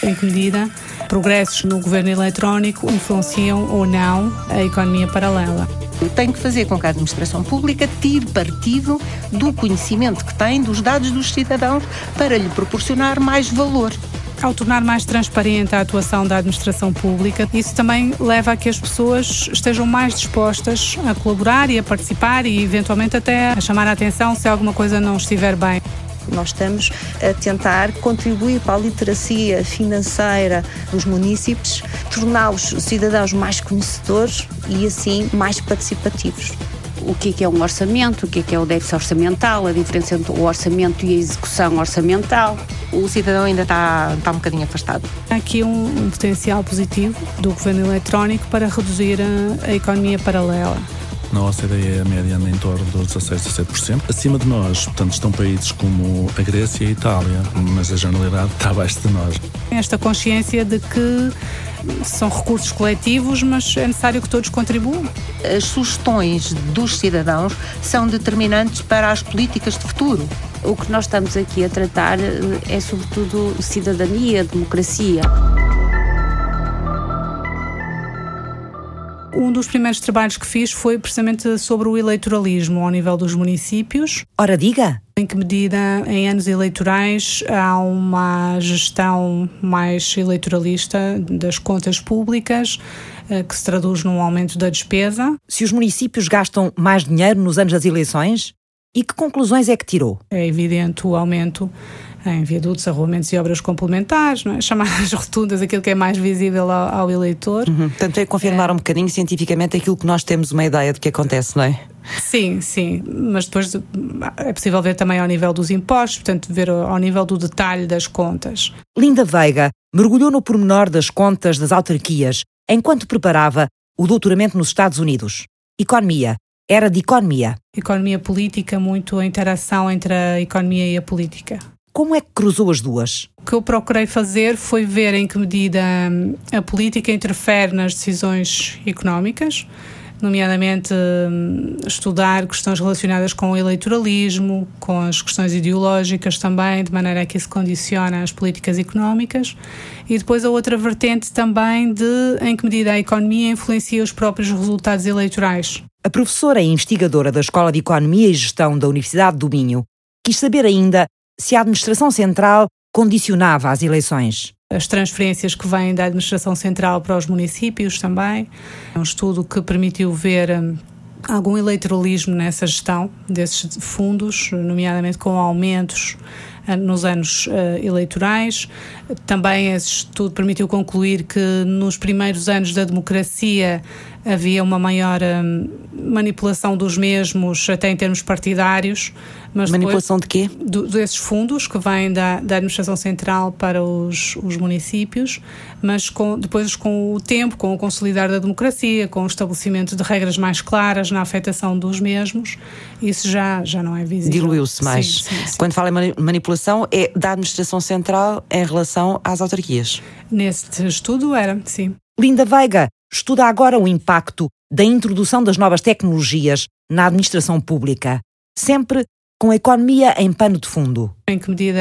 em que medida progressos no governo eletrónico influenciam ou não a economia paralela. Tem que fazer com que a administração pública tire partido do conhecimento que tem dos dados dos cidadãos para lhe proporcionar mais valor. Ao tornar mais transparente a atuação da administração pública, isso também leva a que as pessoas estejam mais dispostas a colaborar e a participar e, eventualmente, até a chamar a atenção se alguma coisa não estiver bem. Nós estamos a tentar contribuir para a literacia financeira dos munícipes, torná-los cidadãos mais conhecedores e, assim, mais participativos. O que é um orçamento, o que é o déficit orçamental, a diferença entre o orçamento e a execução orçamental. O cidadão ainda está um bocadinho afastado. Há aqui um potencial positivo do governo eletrónico para reduzir a economia paralela. Na OCDE a média anda em torno dos 16 a 17%. Acima de nós, portanto, estão países como a Grécia e a Itália, mas a generalidade está abaixo de nós. Esta consciência de que são recursos coletivos, mas é necessário que todos contribuam. As sugestões dos cidadãos são determinantes para as políticas de futuro. O que nós estamos aqui a tratar é, sobretudo, cidadania, democracia. Um dos primeiros trabalhos que fiz foi precisamente sobre o eleitoralismo ao nível dos municípios. Ora, diga! Em que medida, em anos eleitorais, há uma gestão mais eleitoralista das contas públicas, que se traduz num aumento da despesa. Se os municípios gastam mais dinheiro nos anos das eleições, e que conclusões é que tirou? É evidente o aumento em viadutos, arruamentos e obras complementares, não é? Chamadas rotundas, aquilo que é mais visível ao eleitor. Portanto, é confirmar um bocadinho cientificamente aquilo que nós temos uma ideia de que acontece, não é? Sim, mas depois é possível ver também ao nível dos impostos, portanto, ver ao nível do detalhe das contas. Linda Veiga mergulhou no pormenor das contas das autarquias enquanto preparava o doutoramento nos Estados Unidos. Economia. Era de economia. Economia política, muito a interação entre a economia e a política. Como é que cruzou as duas? O que eu procurei fazer foi ver em que medida a política interfere nas decisões económicas, nomeadamente estudar questões relacionadas com o eleitoralismo, com as questões ideológicas também, de maneira a que isso condiciona as políticas económicas. E depois a outra vertente também de em que medida a economia influencia os próprios resultados eleitorais. A professora e investigadora da Escola de Economia e Gestão da Universidade do Minho quis saber ainda se a administração central condicionava as eleições. As transferências que vêm da administração central para os municípios também. É um estudo que permitiu ver algum eleitoralismo nessa gestão desses fundos, nomeadamente com aumentos nos anos eleitorais. Também esse estudo permitiu concluir que nos primeiros anos da democracia havia uma maior manipulação dos mesmos, até em termos partidários. Mas manipulação de quê? Desses fundos que vêm da administração central para os municípios, mas depois com o tempo, com o consolidar da democracia, com o estabelecimento de regras mais claras na afetação dos mesmos, isso já não é visível. Diluiu-se mais. Sim. Quando fala em manipulação, é da administração central em relação às autarquias. Neste estudo era, sim. Linda Veiga estuda agora o impacto da introdução das novas tecnologias na administração pública, sempre com a economia em pano de fundo. Em que medida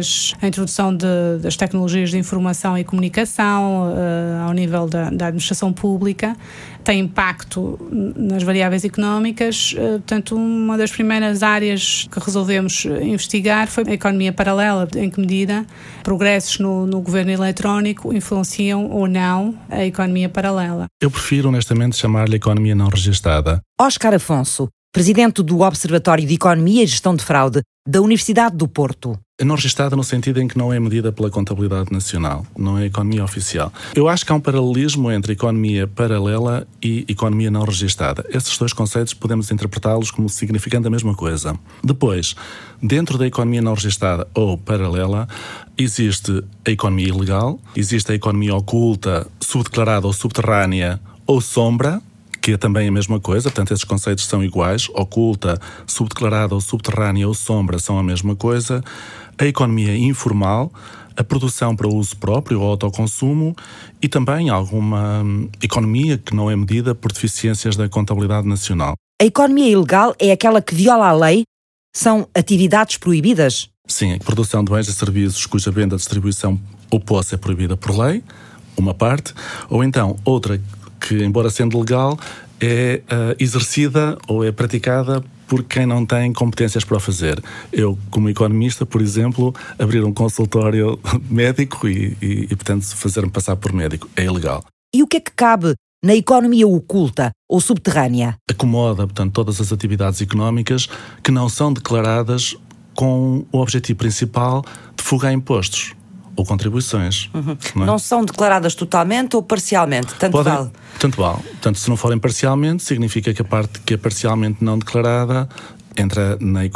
a introdução das tecnologias de informação e comunicação ao nível da administração pública tem impacto nas variáveis económicas. Portanto, uma das primeiras áreas que resolvemos investigar foi a economia paralela, em que medida progressos no governo eletrónico influenciam ou não a economia paralela. Eu prefiro, honestamente, chamar-lhe economia não registada. Oscar Afonso, presidente do Observatório de Economia e Gestão de Fraude da Universidade do Porto. Não registada no sentido em que não é medida pela contabilidade nacional, não é economia oficial. Eu acho que há um paralelismo entre economia paralela e economia não registada. Esses dois conceitos podemos interpretá-los como significando a mesma coisa. Depois, dentro da economia não registada ou paralela, existe a economia ilegal, existe a economia oculta, subdeclarada ou subterrânea ou sombra, que é também a mesma coisa, portanto esses conceitos são iguais, oculta, subdeclarada ou subterrânea ou sombra são a mesma coisa, a economia informal, a produção para uso próprio ou autoconsumo e também alguma economia que não é medida por deficiências da contabilidade nacional. A economia ilegal é aquela que viola a lei? São atividades proibidas? Sim, a produção de bens e serviços cuja venda, distribuição ou posse é proibida por lei, uma parte, ou então outra que, embora sendo legal, é exercida ou é praticada por quem não tem competências para o fazer. Eu, como economista, por exemplo, abrir um consultório médico e portanto, fazer-me passar por médico é ilegal. E o que é que cabe na economia oculta ou subterrânea? Acomoda, portanto, todas as atividades económicas que não são declaradas com o objetivo principal de fuga a impostos ou contribuições. Não são declaradas totalmente ou parcialmente? Tanto vale. Tanto vale. Portanto, se não forem parcialmente, significa que a parte que é parcialmente não declarada entra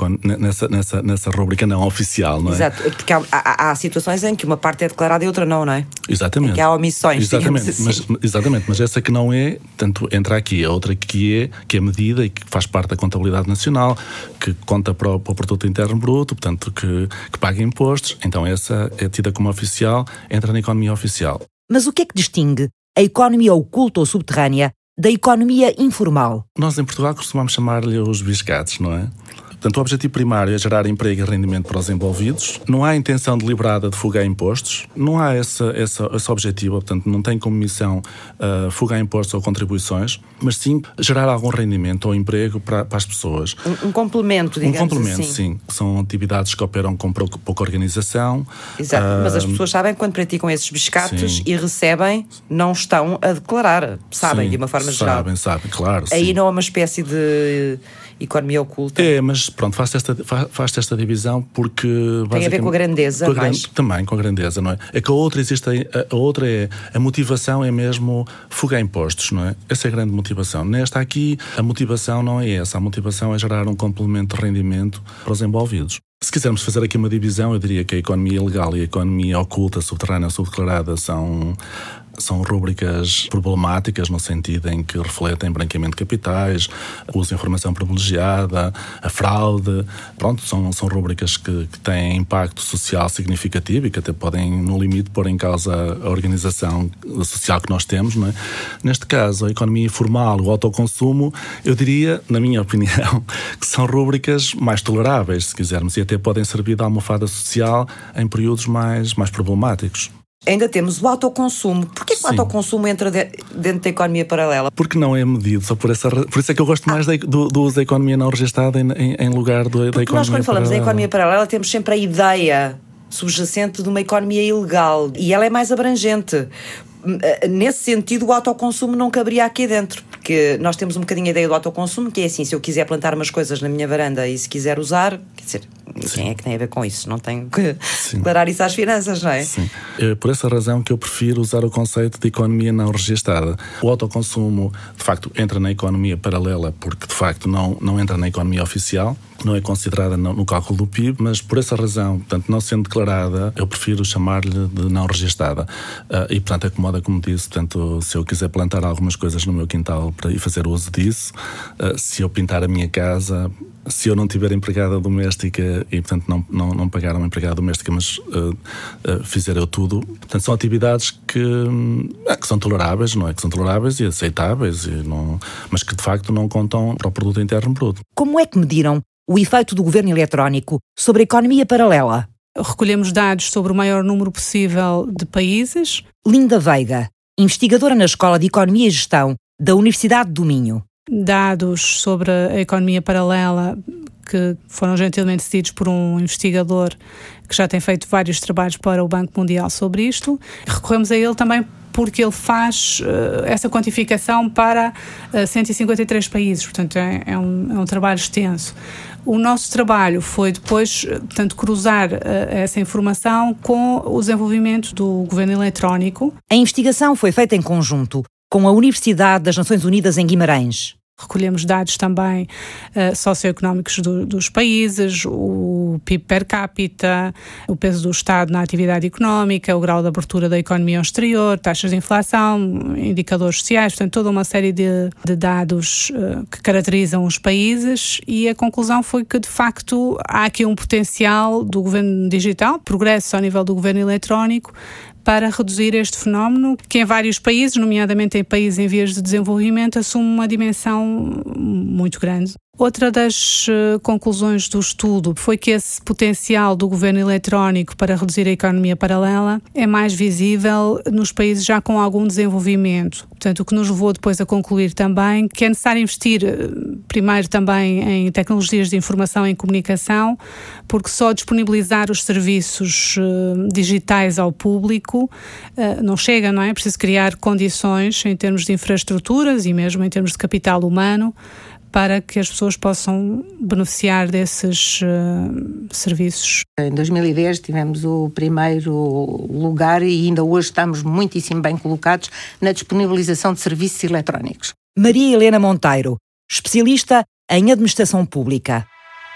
nessa rúbrica não oficial, não é? Exato, porque há situações em que uma parte é declarada e outra não é? Exatamente. Em que há omissões, exatamente, assim. Mas essa que não é, tanto entra aqui. A outra que é medida e que faz parte da contabilidade nacional, que conta para o produto interno bruto, portanto, que paga impostos. Então essa é tida como oficial, entra na economia oficial. Mas o que é que distingue a economia oculta ou subterrânea da economia informal? Nós em Portugal costumamos chamar-lhe os biscates, não é? Portanto, o objetivo primário é gerar emprego e rendimento para os envolvidos. Não há intenção deliberada de fugar impostos. Não há esse objetivo. Portanto, não tem como missão fugar impostos ou contribuições, mas sim gerar algum rendimento ou emprego para as pessoas. Um complemento, digamos assim. Um complemento, sim. São atividades que operam com pouca organização. Exato, mas as pessoas sabem que quando praticam esses biscates e recebem, não estão a declarar. Sabem, de uma forma geral. Sabem, claro. Aí sim. não é uma espécie de economia oculta. É, mas pronto, faz-se esta divisão porque... Tem a ver com a grandeza, também com a grandeza, não é? É que a outra é a motivação é mesmo fugar impostos, não é? Essa é a grande motivação. Nesta aqui, a motivação não é essa. A motivação é gerar um complemento de rendimento para os envolvidos. Se quisermos fazer aqui uma divisão, eu diria que a economia ilegal e a economia oculta, subterrânea ou subdeclarada são rúbricas problemáticas no sentido em que refletem branqueamento de capitais, uso de informação privilegiada, a fraude. Pronto, são rúbricas que têm impacto social significativo e que até podem, no limite, pôr em causa a organização social que nós temos, não é? Neste caso, a economia informal, o autoconsumo, eu diria, na minha opinião, que são rúbricas mais toleráveis, se quisermos, e até podem servir de almofada social em períodos mais problemáticos. Ainda temos o autoconsumo. Porquê que o autoconsumo entra dentro da economia paralela? Porque não é medido, só por isso é que eu gosto mais do uso da economia não registada em lugar da economia paralela. Nós, quando falamos da economia paralela, temos sempre a ideia subjacente de uma economia ilegal e ela é mais abrangente. Nesse sentido, o autoconsumo não caberia aqui dentro, porque nós temos um bocadinho a ideia do autoconsumo, que é assim, se eu quiser plantar umas coisas na minha varanda e se quiser usar, quer dizer, quem é que tem a ver com isso? Não tenho que declarar isso às finanças, não é? Sim. É por essa razão que eu prefiro usar o conceito de economia não registada. O autoconsumo, de facto, entra na economia paralela porque, de facto, não entra na economia oficial, não é considerada no cálculo do PIB, mas por essa razão, portanto, não sendo declarada, eu prefiro chamar-lhe de não registada. E, portanto, acomoda, como disse, portanto, se eu quiser plantar algumas coisas no meu quintal e fazer uso disso, se eu pintar a minha casa, se eu não tiver empregada doméstica e, portanto, não pagar uma empregada doméstica, mas fizer eu tudo. Portanto, são atividades que são toleráveis, não é? Que são toleráveis e aceitáveis, mas que, de facto, não contam para o produto interno bruto. Como é que mediram o efeito do governo eletrónico sobre a economia paralela? Recolhemos dados sobre o maior número possível de países. Linda Veiga, investigadora na Escola de Economia e Gestão da Universidade do Minho. Dados sobre a economia paralela que foram gentilmente cedidos por um investigador que já tem feito vários trabalhos para o Banco Mundial sobre isto. Recorremos a ele também porque ele faz essa quantificação para 153 países, portanto é um trabalho extenso. O nosso trabalho foi depois, portanto, cruzar essa informação com o desenvolvimento do governo eletrónico. A investigação foi feita em conjunto com a Universidade das Nações Unidas em Guimarães. Recolhemos dados também socioeconómicos dos países, o PIB per capita, o peso do Estado na atividade económica, o grau de abertura da economia ao exterior, taxas de inflação, indicadores sociais, portanto toda uma série de dados que caracterizam os países, e a conclusão foi que de facto há aqui um potencial do governo digital, progresso ao nível do governo eletrónico, para reduzir este fenómeno, que em vários países, nomeadamente em países em vias de desenvolvimento, assume uma dimensão muito grande. Outra das conclusões do estudo foi que esse potencial do governo eletrónico para reduzir a economia paralela é mais visível nos países já com algum desenvolvimento. Portanto, o que nos levou depois a concluir também que é necessário investir primeiro também em tecnologias de informação e comunicação, porque só disponibilizar os serviços digitais ao público não chega, não é? É preciso criar condições em termos de infraestruturas e mesmo em termos de capital humano para que as pessoas possam beneficiar desses serviços. Em 2010 tivemos o primeiro lugar e ainda hoje estamos muitíssimo bem colocados na disponibilização de serviços eletrónicos. Maria Helena Monteiro, especialista em administração pública.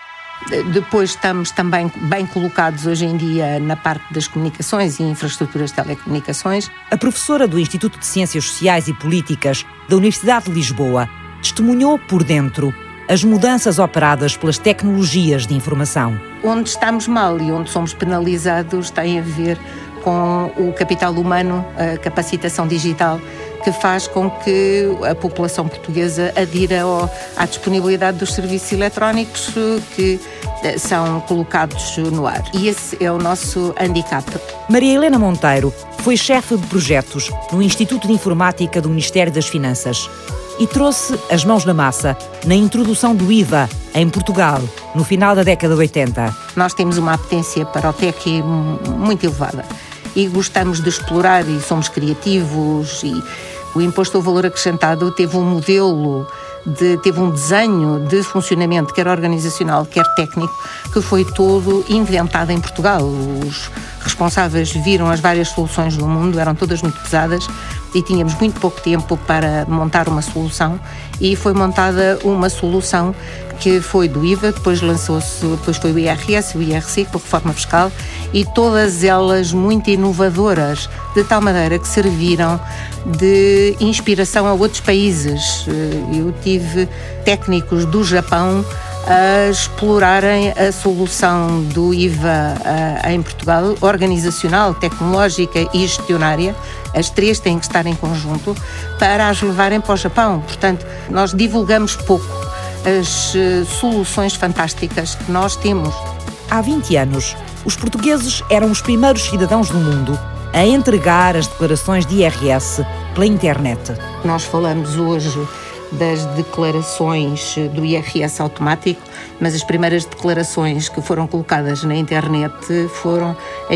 Depois estamos também bem colocados hoje em dia na parte das comunicações e infraestruturas de telecomunicações. A professora do Instituto de Ciências Sociais e Políticas da Universidade de Lisboa testemunhou por dentro as mudanças operadas pelas tecnologias de informação. Onde estamos mal e onde somos penalizados tem a ver com o capital humano, a capacitação digital, que faz com que a população portuguesa adira à disponibilidade dos serviços eletrónicos que são colocados no ar. E esse é o nosso handicap. Maria Helena Monteiro foi chefe de projetos no Instituto de Informática do Ministério das Finanças e trouxe as mãos na massa na introdução do IVA em Portugal, no final da década de 80. Nós temos uma apetência para o TEC muito elevada e gostamos de explorar e somos criativos, e o Imposto ao Valor Acrescentado teve um modelo, teve um desenho de funcionamento, quer organizacional, quer técnico, que foi todo inventado em Portugal. Os responsáveis viram as várias soluções do mundo, eram todas muito pesadas e tínhamos muito pouco tempo para montar uma solução, e foi montada uma solução que foi do IVA, depois foi o IRS, o IRC, com a reforma fiscal, e todas elas muito inovadoras, de tal maneira que serviram de inspiração a outros países. Eu tive técnicos do Japão a explorarem a solução do IVA em Portugal, organizacional, tecnológica e gestionária. As três têm que estar em conjunto para as levarem para o Japão. Portanto, nós divulgamos pouco as soluções fantásticas que nós temos. Há 20 anos, os portugueses eram os primeiros cidadãos do mundo a entregar as declarações de IRS pela internet. Nós falamos hoje das declarações do IRS automático, mas as primeiras declarações que foram colocadas na internet foram em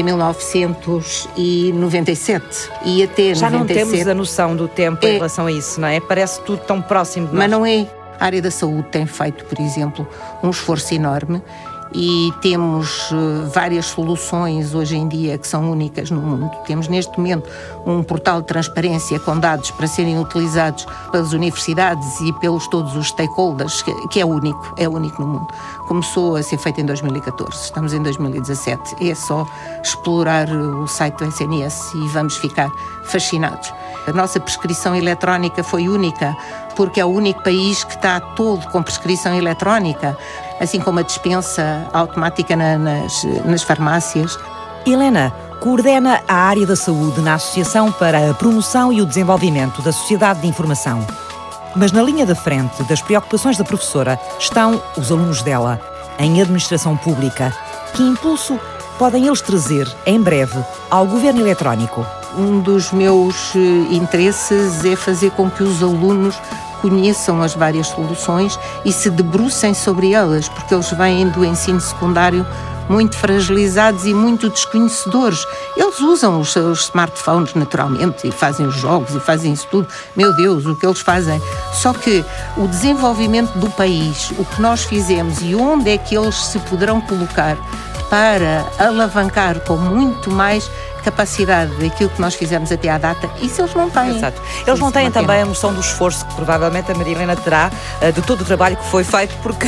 1997 e até já 97. não temos a noção do tempo em relação a isso, não é? Parece tudo tão próximo de nós. Mas não é. A área da saúde tem feito, por exemplo, um esforço enorme e temos várias soluções hoje em dia que são únicas no mundo. Temos neste momento um portal de transparência com dados para serem utilizados pelas universidades e pelos todos os stakeholders, que é único no mundo. Começou a ser feito em 2014, estamos em 2017. É só explorar o site do SNS e vamos ficar fascinados. A nossa prescrição eletrónica foi única, porque é o único país que está todo com prescrição eletrónica, assim como a dispensa automática nas farmácias. Helena coordena a área da saúde na Associação para a Promoção e o Desenvolvimento da Sociedade de Informação. Mas na linha da frente das preocupações da professora estão os alunos dela, em administração pública. Que impulso podem eles trazer, em breve, ao governo eletrónico? Um dos meus interesses é fazer com que os alunos conheçam as várias soluções e se debrucem sobre elas, porque eles vêm do ensino secundário muito fragilizados e muito desconhecedores. Eles usam os seus smartphones naturalmente e fazem os jogos e fazem isso tudo. Meu Deus, o que eles fazem. Só que o desenvolvimento do país, o que nós fizemos e onde é que eles se poderão colocar para alavancar com muito mais capacidade daquilo que nós fizemos até à data, isso eles não têm. Exato. Eles não têm também a noção do esforço que provavelmente a Maria Helena terá de todo o trabalho que foi feito, porque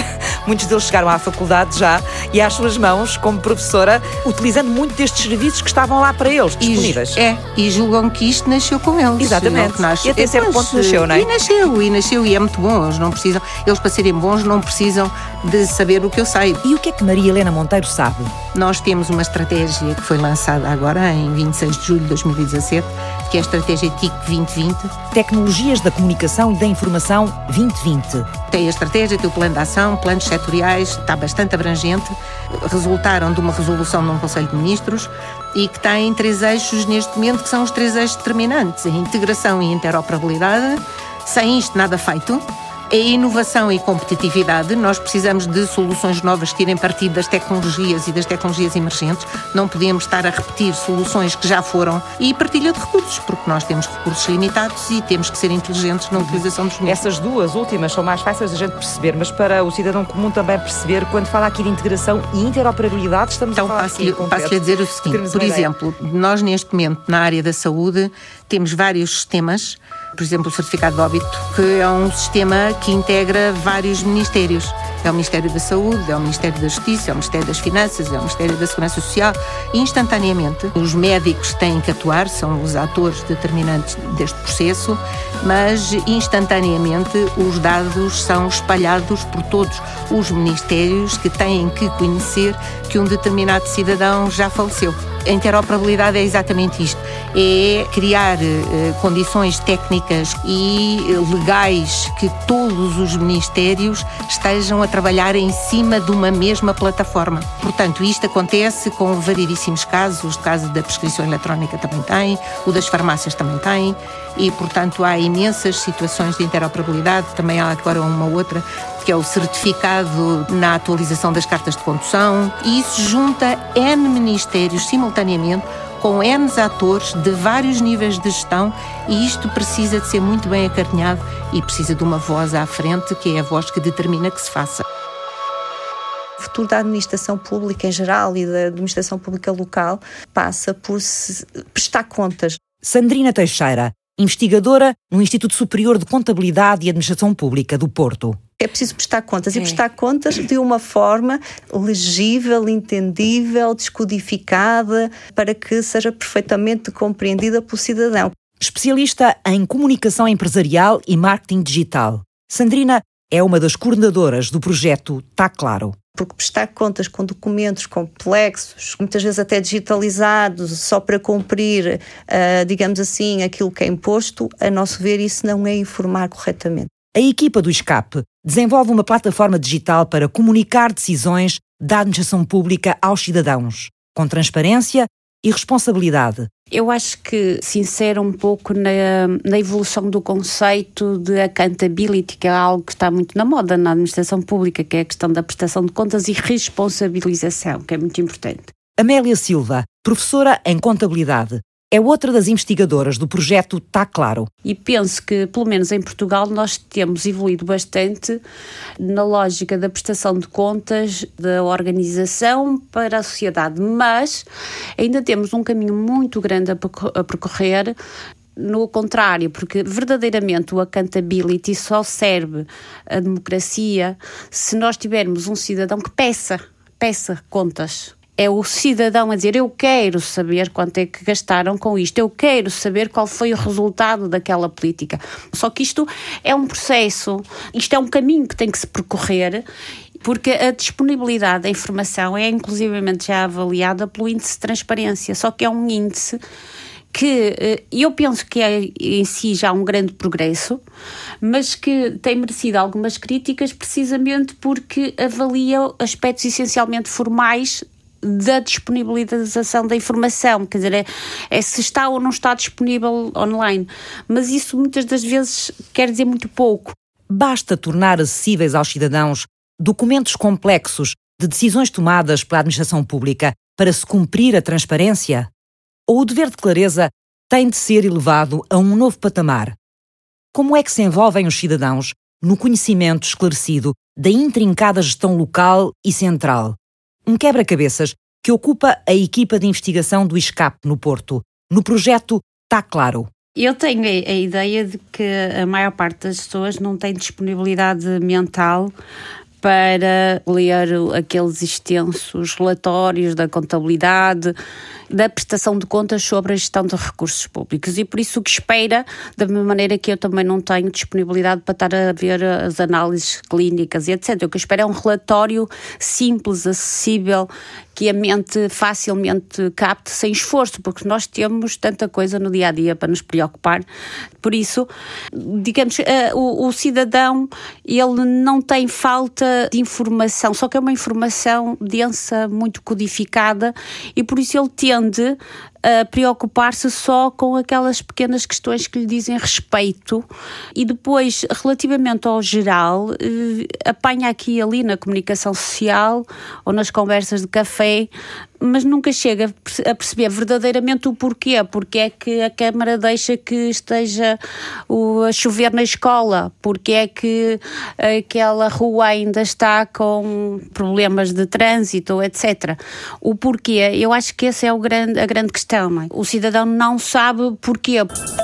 Muitos deles chegaram à faculdade já e às suas mãos, como professora, utilizando muito destes serviços que estavam lá para eles, disponíveis. E julgam que isto nasceu com eles. Exatamente. E até certo ponto nasceu, não é? E nasceu, e é muito bom. Eles para serem bons não precisam de saber o que eu sei. E o que é que Maria Helena Monteiro sabe? Nós temos uma estratégia que foi lançada agora, em 26 de julho de 2017, que é a estratégia TIC 2020. Tecnologias da Comunicação e da Informação 2020. Tem a estratégia, tem o plano de ação, planos setoriais, está bastante abrangente. Resultaram de uma resolução num Conselho de Ministros e que tem 3 eixos neste momento, que são os 3 eixos determinantes: a integração e interoperabilidade. Sem isto, nada feito. A inovação e competitividade. Nós precisamos de soluções novas que tirem partido das tecnologias e das tecnologias emergentes. Não podemos estar a repetir soluções que já foram. E partilha de recursos, porque nós temos recursos limitados e temos que ser inteligentes na utilização dos mesmos. Essas duas últimas são mais fáceis de a gente perceber, mas para o cidadão comum também perceber, quando fala aqui de integração e interoperabilidade, estamos a falar aqui passo-lhe a dizer o seguinte, por exemplo, nós neste momento na área da saúde temos vários sistemas. Por exemplo, o certificado de óbito, que é um sistema que integra vários ministérios. É o Ministério da Saúde, é o Ministério da Justiça, é o Ministério das Finanças, é o Ministério da Segurança Social. E instantaneamente, os médicos têm que atuar, são os atores determinantes deste processo, mas instantaneamente os dados são espalhados por todos os ministérios que têm que conhecer que um determinado cidadão já faleceu. A interoperabilidade é exatamente isto, é criar condições técnicas e legais que todos os ministérios estejam a trabalhar em cima de uma mesma plataforma. Portanto, isto acontece com variedíssimos casos. O caso da prescrição eletrónica também tem, o das farmácias também tem, e, portanto, há imensas situações de interoperabilidade. Também há agora uma outra, que é o certificado na atualização das cartas de condução, e isso junta N ministérios simultaneamente, com N atores de vários níveis de gestão, e isto precisa de ser muito bem acarinhado e precisa de uma voz à frente, que é a voz que determina que se faça. O futuro da administração pública em geral e da administração pública local passa por se prestar contas. Sandrina Teixeira, investigadora no Instituto Superior de Contabilidade e Administração Pública do Porto. É preciso prestar contas e prestar contas de uma forma legível, entendível, descodificada, para que seja perfeitamente compreendida pelo cidadão. Especialista em comunicação empresarial e marketing digital, Sandrina é uma das coordenadoras do projeto Tá Claro. Porque prestar contas com documentos complexos, muitas vezes até digitalizados, só para cumprir, digamos assim, aquilo que é imposto, a nosso ver, isso não é informar corretamente. A equipa do SCAP desenvolve uma plataforma digital para comunicar decisões da administração pública aos cidadãos, com transparência e responsabilidade. Eu acho que se insere um pouco na evolução do conceito de accountability, que é algo que está muito na moda na administração pública, que é a questão da prestação de contas e responsabilização, que é muito importante. Amélia Silva, professora em contabilidade, é outra das investigadoras do projeto Tá Claro. E penso que, pelo menos em Portugal, nós temos evoluído bastante na lógica da prestação de contas, da organização para a sociedade, mas ainda temos um caminho muito grande a percorrer. No contrário, porque verdadeiramente o accountability só serve à democracia se nós tivermos um cidadão que peça contas. É o cidadão a dizer: eu quero saber quanto é que gastaram com isto, eu quero saber qual foi o resultado daquela política. Só que isto é um processo, isto é um caminho que tem que se percorrer, porque a disponibilidade da informação é inclusivamente já avaliada pelo índice de transparência, só que é um índice que eu penso que é em si já um grande progresso, mas que tem merecido algumas críticas precisamente porque avalia aspectos essencialmente formais da disponibilização da informação, quer dizer, é se está ou não está disponível online, mas isso muitas das vezes quer dizer muito pouco. Basta tornar acessíveis aos cidadãos documentos complexos de decisões tomadas pela administração pública para se cumprir a transparência? Ou o dever de clareza tem de ser elevado a um novo patamar? Como é que se envolvem os cidadãos no conhecimento esclarecido da intrincada gestão local e central? Um quebra-cabeças que ocupa a equipa de investigação do SCAP no Porto, no projeto Tá Claro. Eu tenho a ideia de que a maior parte das pessoas não tem disponibilidade mental para ler aqueles extensos relatórios da contabilidade, da prestação de contas sobre a gestão de recursos públicos, e por isso o que espera, da mesma maneira que eu também não tenho disponibilidade para estar a ver as análises clínicas e etc. O que eu espero é um relatório simples, acessível, que a mente facilmente capte sem esforço, porque nós temos tanta coisa no dia a dia para nos preocupar. Por isso, digamos, o cidadão, ele não tem falta de informação, só que é uma informação densa, muito codificada, e por isso ele tende a preocupar-se só com aquelas pequenas questões que lhe dizem respeito, e depois, relativamente ao geral, apanha aqui e ali na comunicação social ou nas conversas de café, mas nunca chega a perceber verdadeiramente o porquê. Porque é que a Câmara deixa que esteja a chover na escola? Porque é que aquela rua ainda está com problemas de trânsito, etc. O porquê, eu acho que essa é a grande questão, não é? O cidadão não sabe porquê.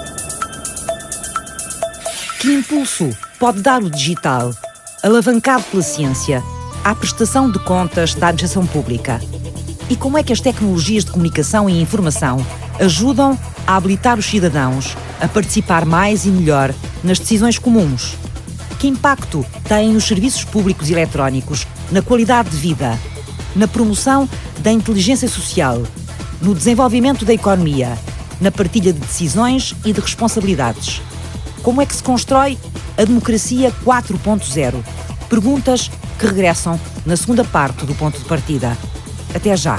Que impulso pode dar o digital, alavancado pela ciência, à prestação de contas da administração pública? E como é que as tecnologias de comunicação e informação ajudam a habilitar os cidadãos a participar mais e melhor nas decisões comuns? Que impacto têm os serviços públicos eletrónicos na qualidade de vida, na promoção da inteligência social, no desenvolvimento da economia, na partilha de decisões e de responsabilidades? Como é que se constrói a democracia 4.0? Perguntas que regressam na segunda parte do Ponto de Partida. Até já!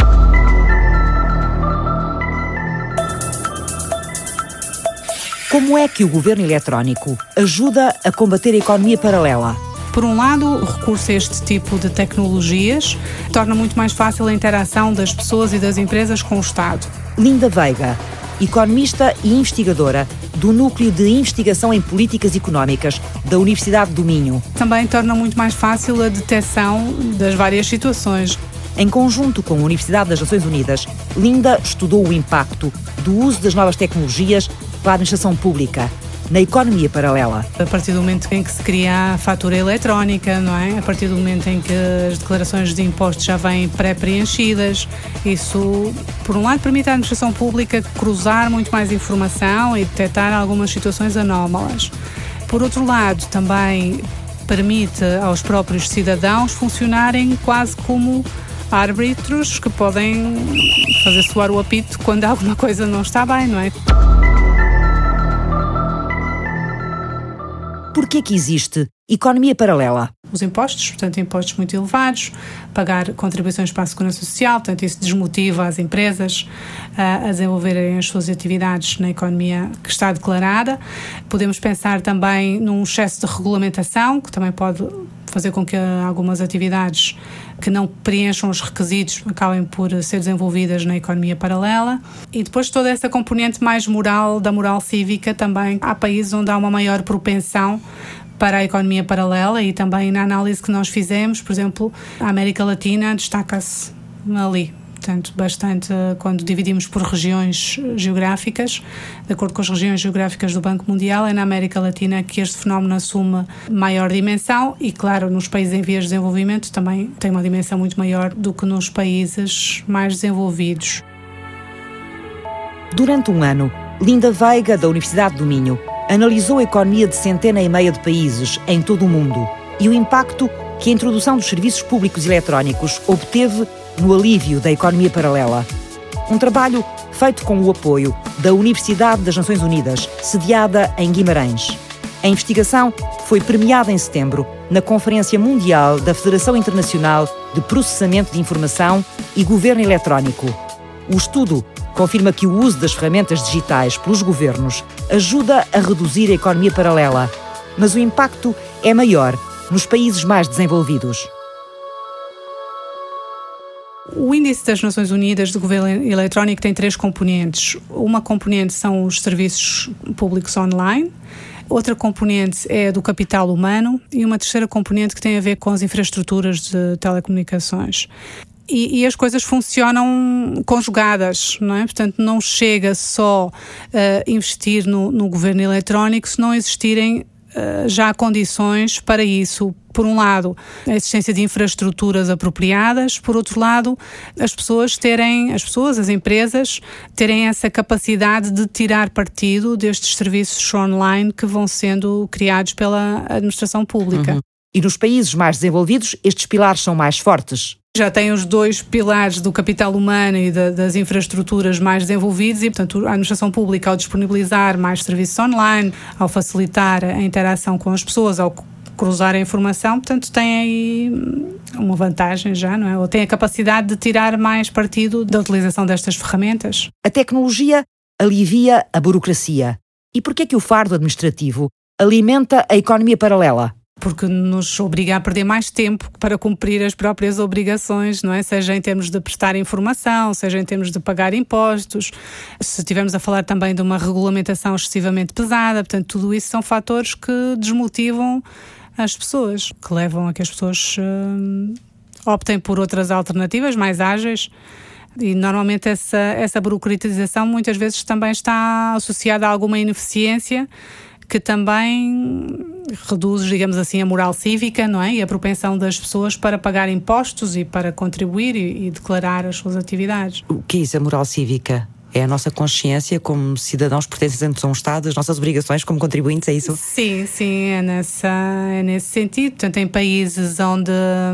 Como é que o governo eletrónico ajuda a combater a economia paralela? Por um lado, o recurso a este tipo de tecnologias torna muito mais fácil a interação das pessoas e das empresas com o Estado. Linda Veiga, economista e investigadora do Núcleo de Investigação em Políticas Económicas da Universidade do Minho. Também torna muito mais fácil a detecção das várias situações. Em conjunto com a Universidade das Nações Unidas, Linda estudou o impacto do uso das novas tecnologias para a administração pública na economia paralela. A partir do momento em que se cria a fatura eletrónica, não é? A partir do momento em que as declarações de impostos já vêm pré-preenchidas, isso, por um lado, permite à administração pública cruzar muito mais informação e detectar algumas situações anómalas. Por outro lado, também permite aos próprios cidadãos funcionarem quase como árbitros que podem fazer soar o apito quando alguma coisa não está bem, não é? Por que existe economia paralela? Os impostos, portanto, impostos muito elevados, pagar contribuições para a Segurança Social, portanto, isso desmotiva as empresas a desenvolverem as suas atividades na economia que está declarada. Podemos pensar também num excesso de regulamentação, que também pode fazer com que algumas atividades que não preencham os requisitos acabem por ser desenvolvidas na economia paralela. E depois toda essa componente mais moral, da moral cívica também. Há países onde há uma maior propensão para a economia paralela, e também na análise que nós fizemos, por exemplo, a América Latina destaca-se ali. Portanto, bastante quando dividimos por regiões geográficas, de acordo com as regiões geográficas do Banco Mundial, é na América Latina que este fenómeno assume maior dimensão e, claro, nos países em vias de desenvolvimento também tem uma dimensão muito maior do que nos países mais desenvolvidos. Durante um ano, Linda Veiga, da Universidade do Minho, analisou a economia de 1,5 de países em todo o mundo e o impacto que a introdução dos serviços públicos eletrónicos obteve no alívio da economia paralela. Um trabalho feito com o apoio da Universidade das Nações Unidas, sediada em Guimarães. A investigação foi premiada em setembro na Conferência Mundial da Federação Internacional de Processamento de Informação e Governo Eletrónico. O estudo confirma que o uso das ferramentas digitais pelos governos ajuda a reduzir a economia paralela, mas o impacto é maior nos países mais desenvolvidos. O Índice das Nações Unidas de Governo Eletrónico tem 3 componentes. Uma componente são os serviços públicos online, outra componente é do capital humano e uma terceira componente que tem a ver com as infraestruturas de telecomunicações. E as coisas funcionam conjugadas, não é? Portanto, não chega só a investir no governo eletrónico se não existirem já há condições para isso. Por um lado, a existência de infraestruturas apropriadas, por outro lado, as empresas, terem essa capacidade de tirar partido destes serviços online que vão sendo criados pela administração pública. E nos países mais desenvolvidos, estes pilares são mais fortes. Já tem os 2 pilares do capital humano e das infraestruturas mais desenvolvidos e, portanto, a administração pública, ao disponibilizar mais serviços online, ao facilitar a interação com as pessoas, ao cruzar a informação, portanto, tem aí uma vantagem já, não é? Ou tem a capacidade de tirar mais partido da utilização destas ferramentas. A tecnologia alivia a burocracia. E por que é que o fardo administrativo alimenta a economia paralela? Porque nos obriga a perder mais tempo para cumprir as próprias obrigações, não é? Seja em termos de prestar informação, seja em termos de pagar impostos. Se estivermos a falar também de uma regulamentação excessivamente pesada, portanto, tudo isso são fatores que desmotivam as pessoas, que levam a que as pessoas optem por outras alternativas mais ágeis. E normalmente essa burocratização muitas vezes também está associada a alguma ineficiência que também reduz, digamos assim, a moral cívica, não é? E a propensão das pessoas para pagar impostos e para contribuir e declarar as suas atividades. O que é isso, a moral cívica? É a nossa consciência como cidadãos pertencentes a um Estado, as nossas obrigações como contribuintes, é isso? Sim, é nesse sentido. Portanto, em países onde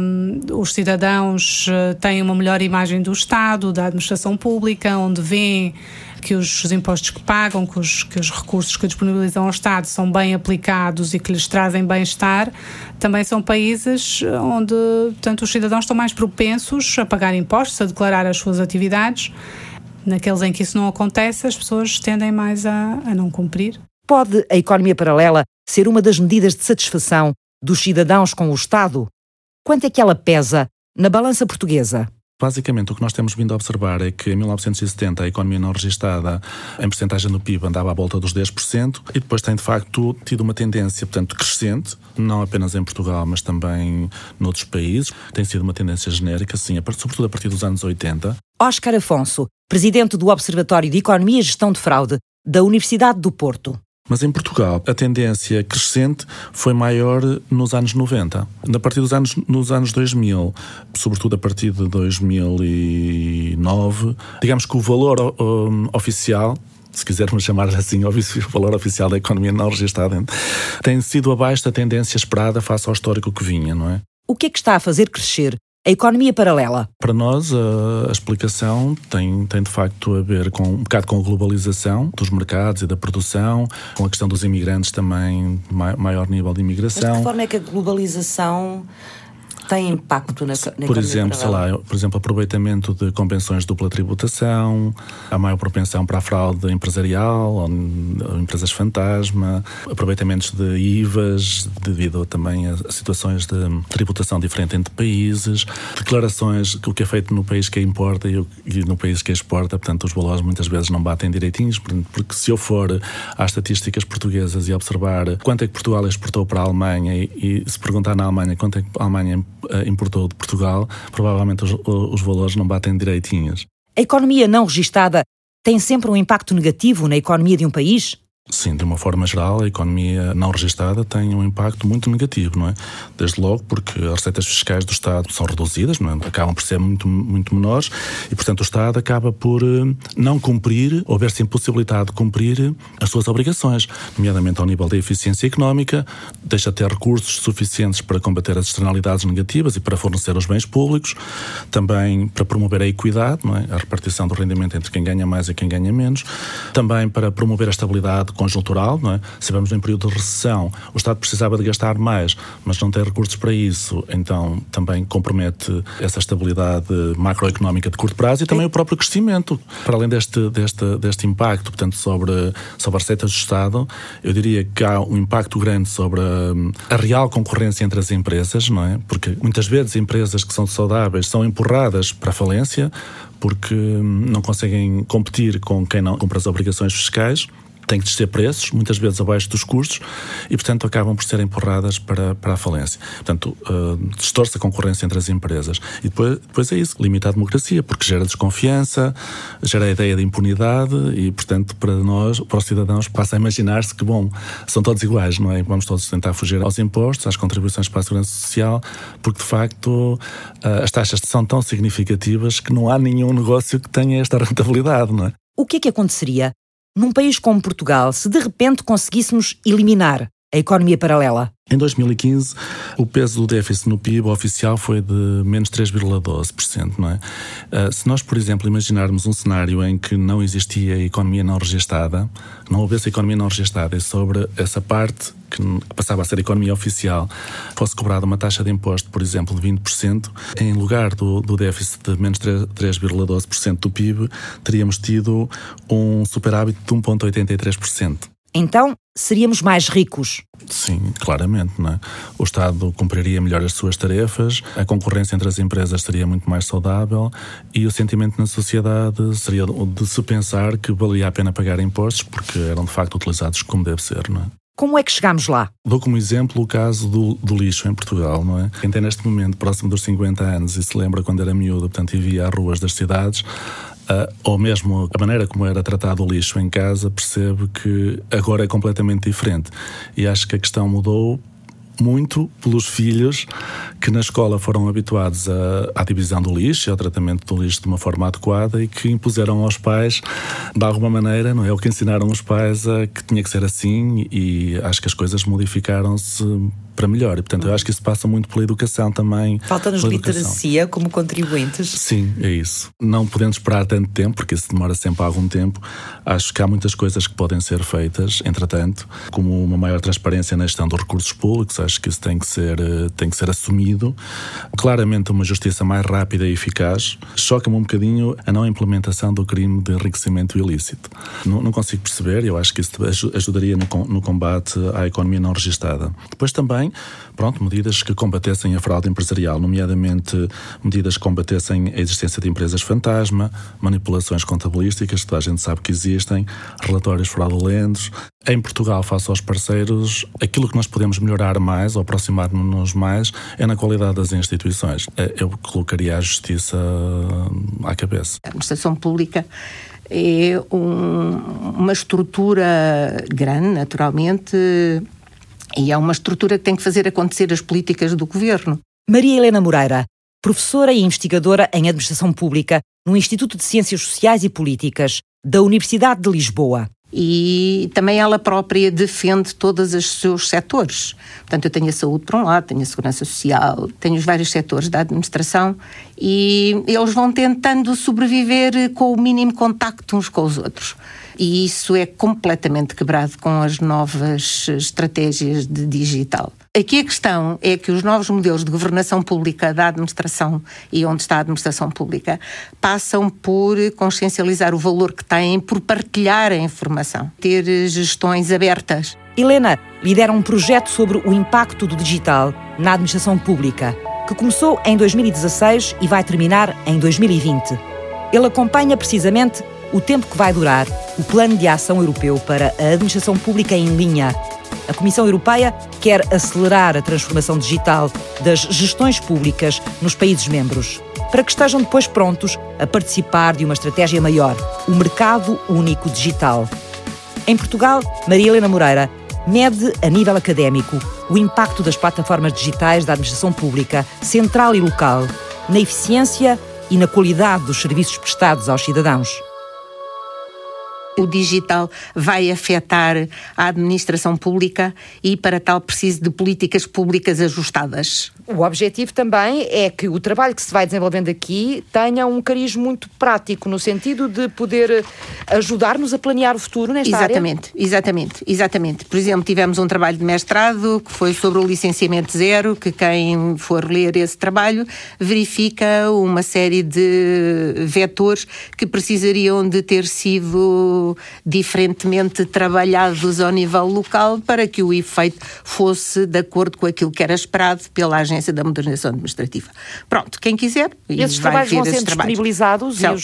os cidadãos têm uma melhor imagem do Estado, da administração pública, onde veem que os impostos que pagam, que os recursos que disponibilizam ao Estado são bem aplicados e que lhes trazem bem-estar, também são países onde, portanto, os cidadãos estão mais propensos a pagar impostos, a declarar as suas atividades. Naqueles em que isso não acontece, as pessoas tendem mais a não cumprir. Pode a economia paralela ser uma das medidas de satisfação dos cidadãos com o Estado? Quanto é que ela pesa na balança portuguesa? Basicamente, o que nós temos vindo a observar é que em 1970 a economia não registada em percentagem do PIB andava à volta dos 10% e depois tem de facto tido uma tendência, portanto, crescente, não apenas em Portugal, mas também noutros países. Tem sido uma tendência genérica, sim, sobretudo a partir dos anos 80. Oscar Afonso, presidente do Observatório de Economia e Gestão de Fraude da Universidade do Porto. Mas em Portugal a tendência crescente foi maior nos anos 90. A partir dos anos 2000, sobretudo a partir de 2009, digamos que o valor oficial, se quisermos chamar assim, o valor oficial da economia não registada, tem sido abaixo da tendência esperada face ao histórico que vinha, não é? O que é que está a fazer crescer a economia paralela? Para nós, a explicação tem de facto a ver com um bocado com a globalização dos mercados e da produção, com a questão dos imigrantes também, maior nível de imigração. Mas de que forma é que a globalização tem impacto na economia paralela? Por exemplo, aproveitamento de convenções de dupla tributação, a maior propensão para a fraude empresarial, ou empresas fantasma, aproveitamentos de IVAs devido também a situações de tributação diferente entre países, declarações que o que é feito no país que importa e no país que exporta, portanto os valores muitas vezes não batem direitinhos, porque se eu for às estatísticas portuguesas e observar quanto é que Portugal exportou para a Alemanha e se perguntar na Alemanha quanto é que a Alemanha importou de Portugal, provavelmente os valores não batem direitinhos. A economia não registada tem sempre um impacto negativo na economia de um país? Sim, de uma forma geral, a economia não registada tem um impacto muito negativo, não é? Desde logo porque as receitas fiscais do Estado são reduzidas, não é? Acabam por ser muito, muito menores e, portanto, o Estado acaba por não cumprir ou ver-se impossibilitado de cumprir as suas obrigações, nomeadamente ao nível da eficiência económica, deixa de ter recursos suficientes para combater as externalidades negativas e para fornecer os bens públicos, também para promover a equidade, não é? A repartição do rendimento entre quem ganha mais e quem ganha menos, também para promover a estabilidade conjuntural, não é? Se estivermos em período de recessão, o Estado precisava de gastar mais, mas não tem recursos para isso, então também compromete essa estabilidade macroeconómica de curto prazo e também o próprio crescimento. Para além deste impacto, portanto, sobre as receitas do Estado, eu diria que há um impacto grande sobre a real concorrência entre as empresas, não é? Porque muitas vezes empresas que são saudáveis são empurradas para a falência porque não conseguem competir com quem não cumpre as obrigações fiscais. têm que descer preços, muitas vezes abaixo dos custos, e, portanto, acabam por ser empurradas para a falência. Portanto, distorce a concorrência entre as empresas. E depois é isso, limita a democracia, porque gera desconfiança, gera a ideia de impunidade e, portanto, para nós, para os cidadãos, passa a imaginar-se que, bom, são todos iguais, não é? Vamos todos tentar fugir aos impostos, às contribuições para a segurança social, porque, de facto, as taxas são tão significativas que não há nenhum negócio que tenha esta rentabilidade, não é? O que é que aconteceria num país como Portugal se de repente conseguíssemos eliminar a economia paralela? Em 2015, o peso do déficit no PIB oficial foi de menos 3,12%, não é? Se nós, por exemplo, imaginarmos um cenário em que não existia economia não registada, não houvesse economia não registada e sobre essa parte que passava a ser economia oficial fosse cobrada uma taxa de imposto, por exemplo, de 20%, em lugar do déficit de menos 3,12% do PIB, teríamos tido um superávit de 1,83%. Então, seríamos mais ricos. Sim, claramente, não é? O Estado cumpriria melhor as suas tarefas, a concorrência entre as empresas seria muito mais saudável e o sentimento na sociedade seria de se pensar que valia a pena pagar impostos porque eram de facto utilizados como deve ser, não é? Como é que chegámos lá? Dou como exemplo o caso do lixo em Portugal, não é? Quem tem neste momento próximo dos 50 anos e se lembra quando era miúdo, portanto, e via as ruas das cidades, ou mesmo a maneira como era tratado o lixo em casa, percebe que agora é completamente diferente. E acho que a questão mudou muito pelos filhos que na escola foram habituados à divisão do lixo e ao tratamento do lixo de uma forma adequada e que impuseram aos pais, de alguma maneira, não é? O que ensinaram os pais a que tinha que ser assim e acho que as coisas modificaram-se para melhor. E, portanto, eu acho que isso passa muito pela educação também. Falta-nos literacia como contribuintes. Sim, é isso. Não podendo esperar tanto tempo, porque isso demora sempre algum tempo, acho que há muitas coisas que podem ser feitas, entretanto, como uma maior transparência na gestão dos recursos públicos, acho que isso tem que ser assumido. Claramente uma justiça mais rápida e eficaz. Choca-me um bocadinho a não implementação do crime de enriquecimento ilícito. Não consigo perceber, eu acho que isso ajudaria no combate à economia não registada. Depois também, medidas que combatessem a fraude empresarial, nomeadamente medidas que combatessem a existência de empresas fantasma, manipulações contabilísticas, que toda a gente sabe que existem, relatórios fraudulentos. Em Portugal, face aos parceiros, aquilo que nós podemos melhorar mais, ou aproximar-nos mais, é na qualidade das instituições. Eu colocaria a justiça à cabeça. A administração pública é uma estrutura grande, naturalmente, e é uma estrutura que tem que fazer acontecer as políticas do governo. Maria Helena Moreira, professora e investigadora em Administração Pública no Instituto de Ciências Sociais e Políticas da Universidade de Lisboa. E também ela própria defende todos os seus setores. Portanto, eu tenho a saúde por um lado, tenho a segurança social, tenho os vários setores da administração e eles vão tentando sobreviver com o mínimo contacto uns com os outros. E isso é completamente quebrado com as novas estratégias de digital. Aqui a questão é que os novos modelos de governação pública da administração e onde está a administração pública passam por consciencializar o valor que têm por partilhar a informação, ter gestões abertas. Helena lidera um projeto sobre o impacto do digital na administração pública, que começou em 2016 e vai terminar em 2020. Ele acompanha precisamente o tempo que vai durar o Plano de Ação Europeu para a Administração Pública em Linha. A Comissão Europeia quer acelerar a transformação digital das gestões públicas nos países membros, para que estejam depois prontos a participar de uma estratégia maior, o Mercado Único Digital. Em Portugal, Maria Helena Moreira mede a nível académico o impacto das plataformas digitais da administração pública, central e local, na eficiência e na qualidade dos serviços prestados aos cidadãos. O digital vai afetar a administração pública e, para tal, precisa de políticas públicas ajustadas. O objetivo também é que o trabalho que se vai desenvolvendo aqui tenha um cariz muito prático, no sentido de poder ajudar-nos a planear o futuro nesta área. Exatamente. Por exemplo, tivemos um trabalho de mestrado que foi sobre o licenciamento zero, que quem for ler esse trabalho verifica uma série de vetores que precisariam de ter sido diferentemente trabalhados ao nível local para que o efeito fosse de acordo com aquilo que era esperado pela agência Agência da Modernização Administrativa. Pronto, quem quiser, esses trabalhos vão ser disponibilizados? Não,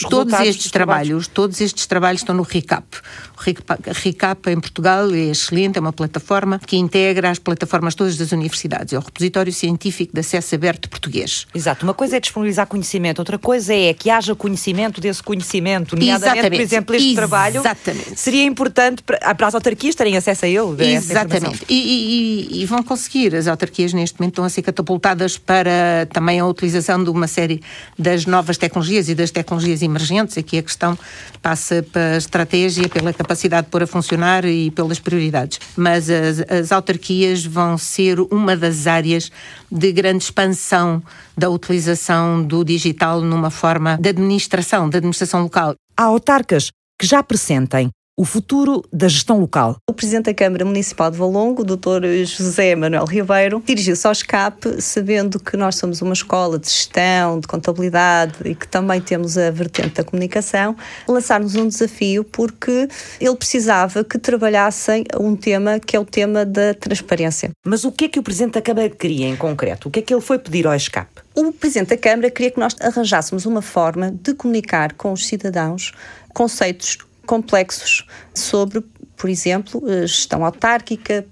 todos estes trabalhos estão no RICAP. O RICAP em Portugal é excelente, é uma plataforma que integra as plataformas todas das universidades. É o repositório científico de acesso aberto português. Exato. Uma coisa é disponibilizar conhecimento, outra coisa é que haja conhecimento desse conhecimento. Nomeadamente, por exemplo, este trabalho seria importante para as autarquias terem acesso a ele. Exatamente. E vão conseguir. As autarquias neste momento estão a ser catapultadas para também a utilização de uma série das novas tecnologias e das tecnologias emergentes. Aqui a questão passa pela estratégia, pela capacidade de pôr a funcionar e pelas prioridades. Mas as autarquias vão ser uma das áreas de grande expansão da utilização do digital numa forma de administração local. Há autarcas que já pressentem o futuro da gestão local. O Presidente da Câmara Municipal de Valongo, o Dr. José Manuel Ribeiro, dirigiu-se ao SCAP, sabendo que nós somos uma escola de gestão, de contabilidade e que também temos a vertente da comunicação, lançar-nos um desafio porque ele precisava que trabalhassem um tema que é o tema da transparência. Mas o que é que o Presidente da Câmara queria em concreto? O que é que ele foi pedir ao SCAP? O Presidente da Câmara queria que nós arranjássemos uma forma de comunicar com os cidadãos conceitos complexos sobre, por exemplo, gestão autárquica,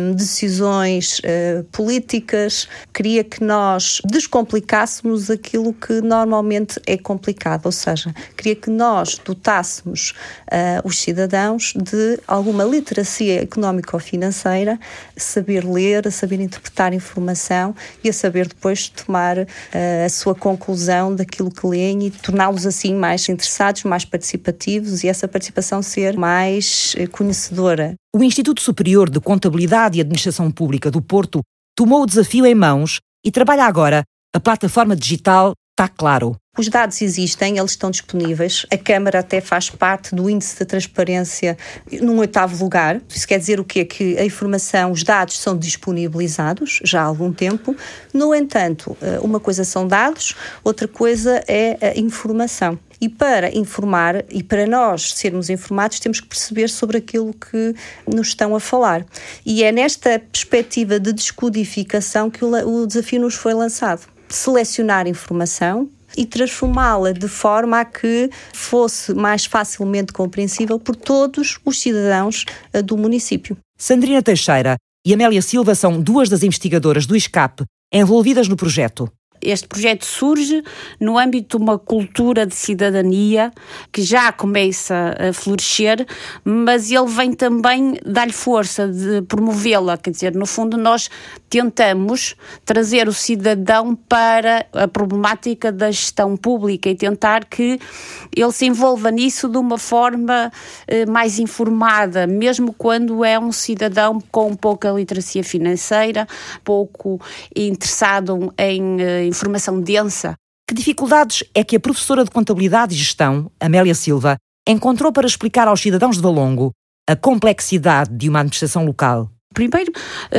decisões políticas. Queria que nós descomplicássemos aquilo que normalmente é complicado, ou seja, queria que nós dotássemos os cidadãos de alguma literacia económico-financeira, saber ler, saber interpretar informação e a saber depois tomar a sua conclusão daquilo que leem e torná-los assim mais interessados, mais participativos e essa participação ser mais conhecedora. O Instituto Superior de Contabilidade e Administração Pública do Porto tomou o desafio em mãos e trabalha agora a plataforma digital Tá Claro. Os dados existem, eles estão disponíveis. A Câmara até faz parte do índice de transparência num 8º lugar. Isso quer dizer o quê? Que a informação, os dados são disponibilizados já há algum tempo. No entanto, uma coisa são dados, outra coisa é a informação. E para informar e para nós sermos informados temos que perceber sobre aquilo que nos estão a falar. E é nesta perspectiva de descodificação que o desafio nos foi lançado. Selecionar informação e transformá-la de forma a que fosse mais facilmente compreensível por todos os cidadãos do município. Sandrina Teixeira e Amélia Silva são duas das investigadoras do SCAP envolvidas no projeto. Este projeto surge no âmbito de uma cultura de cidadania que já começa a florescer, mas ele vem também dar-lhe força de promovê-la. Quer dizer, no fundo nós tentamos trazer o cidadão para a problemática da gestão pública e tentar que ele se envolva nisso de uma forma mais informada, mesmo quando é um cidadão com pouca literacia financeira, pouco interessado em informação densa. Que dificuldades é que a professora de Contabilidade e Gestão, Amélia Silva, encontrou para explicar aos cidadãos de Valongo a complexidade de uma administração local? Primeiro,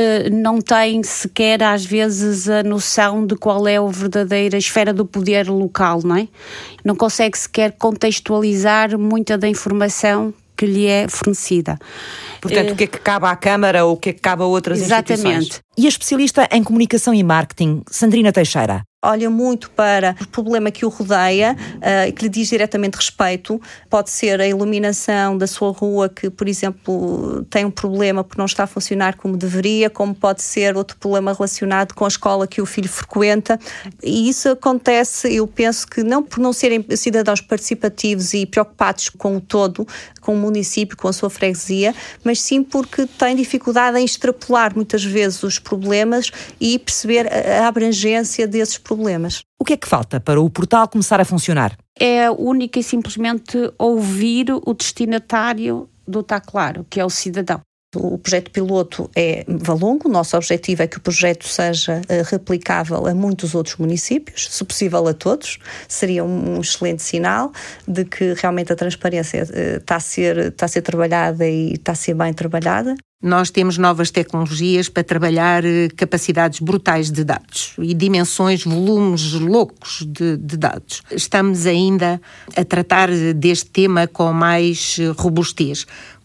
não tem sequer às vezes a noção de qual é a verdadeira esfera do poder local, não é? Não consegue sequer contextualizar muita da informação que lhe é fornecida. Portanto, o que é que cabe à Câmara ou o que é que cabe a outras instituições? Exatamente. E a especialista em comunicação e marketing, Sandrina Teixeira? Olha muito para o problema que o rodeia e que lhe diz diretamente respeito. Pode ser a iluminação da sua rua que, por exemplo, tem um problema porque não está a funcionar como deveria, como pode ser outro problema relacionado com a escola que o filho frequenta. E isso acontece, eu penso que não por não serem cidadãos participativos e preocupados com o todo, com o município, com a sua freguesia, mas sim porque têm dificuldade em extrapolar muitas vezes os problemas e perceber a abrangência desses problemas. O que é que falta para o portal começar a funcionar? É única e simplesmente ouvir o destinatário do Tá Claro, que é o cidadão. O projeto piloto é Valongo. O nosso objetivo é que o projeto seja replicável a muitos outros municípios, se possível a todos. Seria um excelente sinal de que realmente a transparência está a ser trabalhada e está a ser bem trabalhada. Nós temos novas tecnologias para trabalhar capacidades brutais de dados e dimensões, volumes loucos de dados. Estamos ainda a tratar deste tema com mais robustez.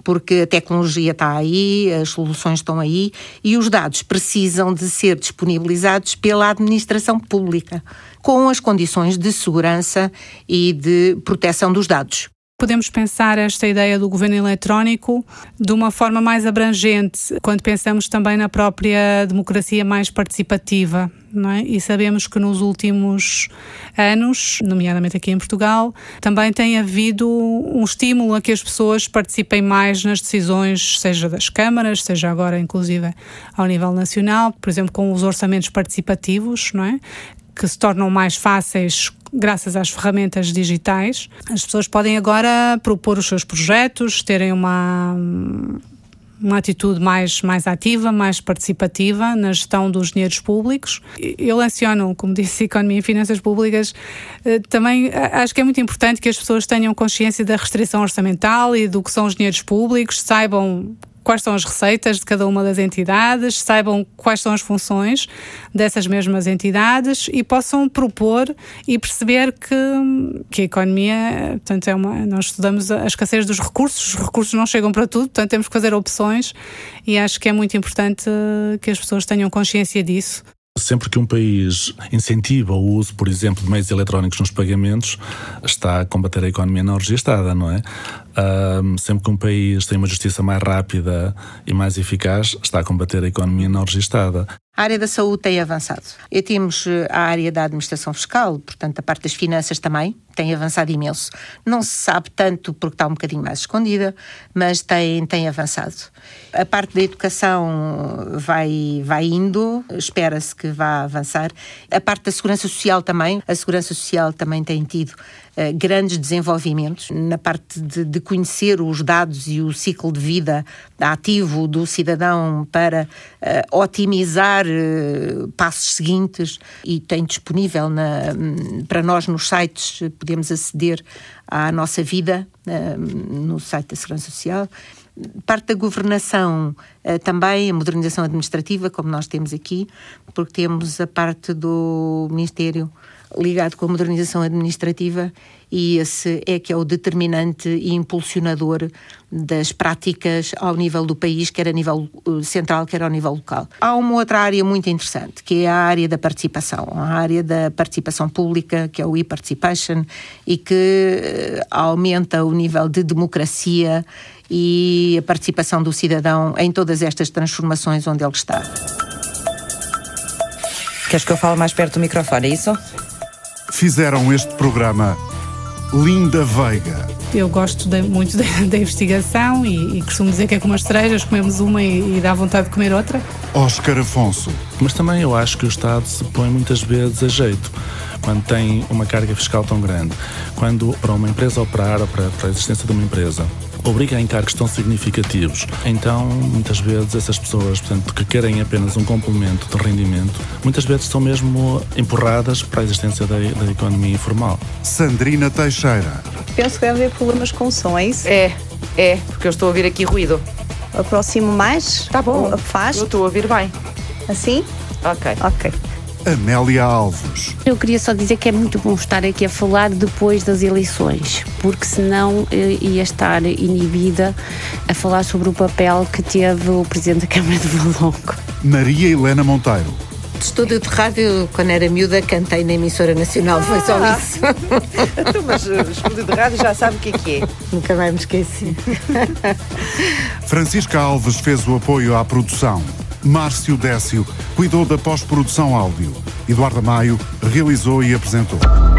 porque a tecnologia está aí, as soluções estão aí e os dados precisam de ser disponibilizados pela administração pública, com as condições de segurança e de proteção dos dados. Podemos pensar esta ideia do governo eletrónico de uma forma mais abrangente, quando pensamos também na própria democracia mais participativa, não é? E sabemos que nos últimos anos, nomeadamente aqui em Portugal, também tem havido um estímulo a que as pessoas participem mais nas decisões, seja das câmaras, seja agora inclusive ao nível nacional, por exemplo, com os orçamentos participativos, não é? Que se tornam mais fáceis graças às ferramentas digitais. As pessoas podem agora propor os seus projetos, terem uma atitude mais ativa, mais participativa na gestão dos dinheiros públicos. Eu leciono, como disse, Economia e Finanças Públicas. Também acho que é muito importante que as pessoas tenham consciência da restrição orçamental e do que são os dinheiros públicos, saibam quais são as receitas de cada uma das entidades, saibam quais são as funções dessas mesmas entidades e possam propor e perceber que a economia, portanto, nós estudamos a escassez dos recursos, os recursos não chegam para tudo, portanto temos que fazer opções e acho que é muito importante que as pessoas tenham consciência disso. Sempre que um país incentiva o uso, por exemplo, de meios eletrónicos nos pagamentos, está a combater a economia não registada, não é? Sempre que um país tem uma justiça mais rápida e mais eficaz, está a combater a economia não registada. A área da saúde tem avançado. E temos a área da administração fiscal, portanto a parte das finanças também tem avançado imenso. Não se sabe tanto porque está um bocadinho mais escondida, mas tem avançado. A parte da educação vai indo, espera-se que vá avançar. A parte da segurança social também. A segurança social também tem tido grandes desenvolvimentos na parte de conhecer os dados e o ciclo de vida ativo do cidadão para otimizar passos seguintes, e tem disponível para nós nos sites, podemos aceder à nossa vida no site da Segurança Social. Parte da governação também, a modernização administrativa, como nós temos aqui, porque temos a parte do Ministério ligado com a modernização administrativa, e esse é que é o determinante e impulsionador das práticas ao nível do país, quer a nível central, quer ao nível local. Há uma outra área muito interessante, que é a área da participação, a área da participação pública, que é o e-participation, e que aumenta o nível de democracia e a participação do cidadão em todas estas transformações onde ele está. Queres que eu fale mais perto do microfone, é isso? Fizeram este programa Linda Veiga. Eu gosto muito da investigação e costumo dizer que é como as cerejas, comemos uma e dá vontade de comer outra. Óscar Afonso. Mas também eu acho que o Estado se põe muitas vezes a jeito quando tem uma carga fiscal tão grande. Quando para uma empresa operar, ou para a existência de uma empresa, obriga a encargos tão significativos. Então, muitas vezes, essas pessoas, portanto, que querem apenas um complemento de rendimento, muitas vezes são mesmo empurradas para a existência da economia informal. Sandrina Teixeira. Penso que deve haver problemas com som, é isso? É, porque eu estou a ouvir aqui ruído. Aproximo mais? Tá bom, faz? Eu estou a ouvir bem. Assim? Ok. Amélia Alves. Eu queria só dizer que é muito bom estar aqui a falar depois das eleições, porque senão ia estar inibida a falar sobre o papel que teve o Presidente da Câmara de Valongo. Maria Helena Monteiro. De estúdio de rádio, quando era miúda, cantei na emissora nacional, foi só isso. Então, mas o estúdio de rádio já sabe o que é. Nunca mais me esqueci. Francisca Alves fez o apoio à produção. Márcio Décio cuidou da pós-produção áudio. Eduardo Maio realizou e apresentou.